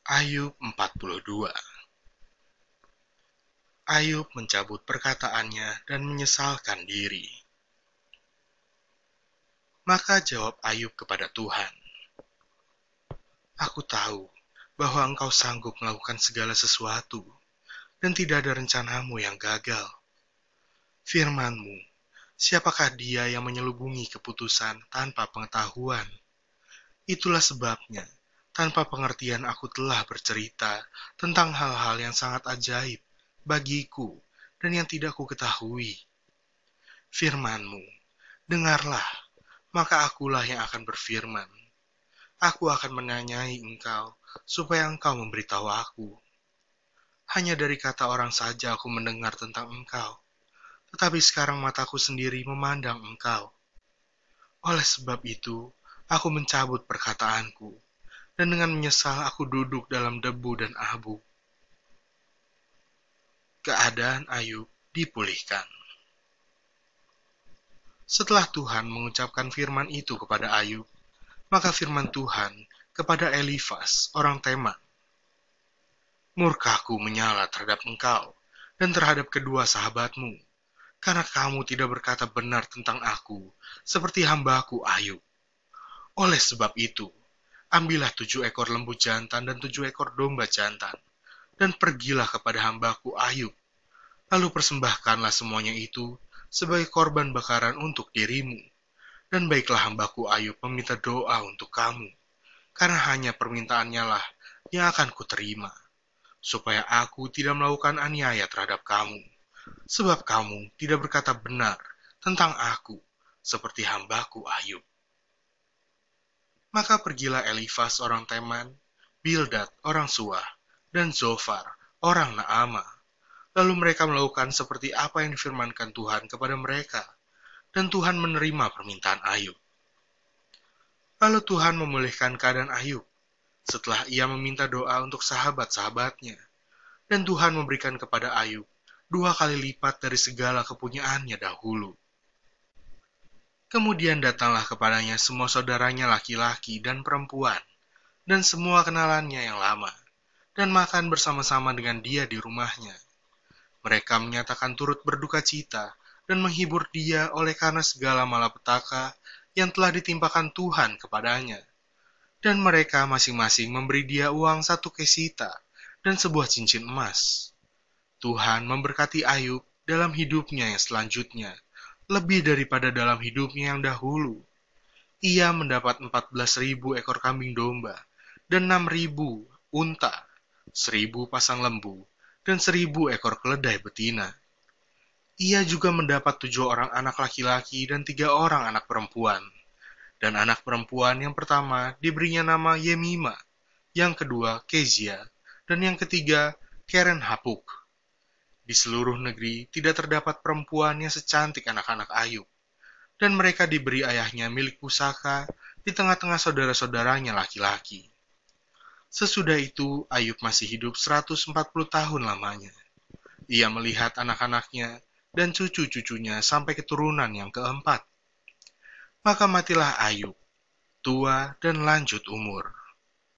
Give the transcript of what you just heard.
Ayub 42. Ayub mencabut perkataannya dan menyesalkan diri. Maka jawab Ayub kepada Tuhan, "Aku tahu bahwa Engkau sanggup melakukan segala sesuatu, dan tidak ada rencanamu yang gagal. Firman-Mu, siapakah dia yang menyelubungi keputusan tanpa pengetahuan? Itulah sebabnya, tanpa pengertian aku telah bercerita tentang hal-hal yang sangat ajaib bagiku dan yang tidak ku ketahui. Firman-Mu, dengarlah, maka akulah yang akan berfirman. Aku akan menanyai Engkau, supaya Engkau memberitahu aku. Hanya dari kata orang saja aku mendengar tentang Engkau, tetapi sekarang mataku sendiri memandang Engkau. Oleh sebab itu, aku mencabut perkataanku, dan dengan menyesal aku duduk dalam debu dan abu." Keadaan Ayub dipulihkan. Setelah Tuhan mengucapkan firman itu kepada Ayub, maka firman Tuhan kepada Elifas, orang Teman, "Murkaku menyala terhadap engkau dan terhadap kedua sahabatmu, karena kamu tidak berkata benar tentang aku, seperti hambaku Ayub. Oleh sebab itu, ambillah 7 ekor lembu jantan dan 7 ekor domba jantan, dan pergilah kepada hambaku Ayub. Lalu persembahkanlah semuanya itu sebagai korban bakaran untuk dirimu. Dan baiklah hambaku Ayub meminta doa untuk kamu, karena hanya permintaannya lah yang akan kuterima, supaya aku tidak melakukan aniaya terhadap kamu, sebab kamu tidak berkata benar tentang aku, seperti hambaku Ayub." Maka pergilah Elifas orang Teman, Bildad orang Suah, dan Zofar orang Naama. Lalu mereka melakukan seperti apa yang difirmankan Tuhan kepada mereka, dan Tuhan menerima permintaan Ayub. Lalu Tuhan memulihkan keadaan Ayub, setelah ia meminta doa untuk sahabat-sahabatnya, dan Tuhan memberikan kepada Ayub 2 kali lipat dari segala kepunyaannya dahulu. Kemudian datanglah kepadanya semua saudaranya laki-laki dan perempuan, dan semua kenalannya yang lama, dan makan bersama-sama dengan dia di rumahnya. Mereka menyatakan turut berduka cita dan menghibur dia oleh karena segala malapetaka yang telah ditimpakan Tuhan kepadanya. Dan mereka masing-masing memberi dia uang 1 kesita dan sebuah cincin emas. Tuhan memberkati Ayub dalam hidupnya yang selanjutnya, lebih daripada dalam hidupnya yang dahulu. Ia mendapat 14.000 ekor kambing domba, dan 6.000 unta, 1.000 pasang lembu, dan 1.000 ekor keledai betina. Ia juga mendapat 7 orang anak laki-laki dan 3 orang anak perempuan. Dan anak perempuan yang pertama diberinya nama Yemima, yang kedua Kezia, dan yang ketiga Keren Hapuk. Di seluruh negeri tidak terdapat perempuan yang secantik anak-anak Ayub, dan mereka diberi ayahnya milik pusaka di tengah-tengah saudara-saudaranya laki-laki. Sesudah itu Ayub masih hidup 140 tahun lamanya. Ia melihat anak-anaknya dan cucu-cucunya sampai keturunan yang keempat. Maka matilah Ayub, tua dan lanjut umur.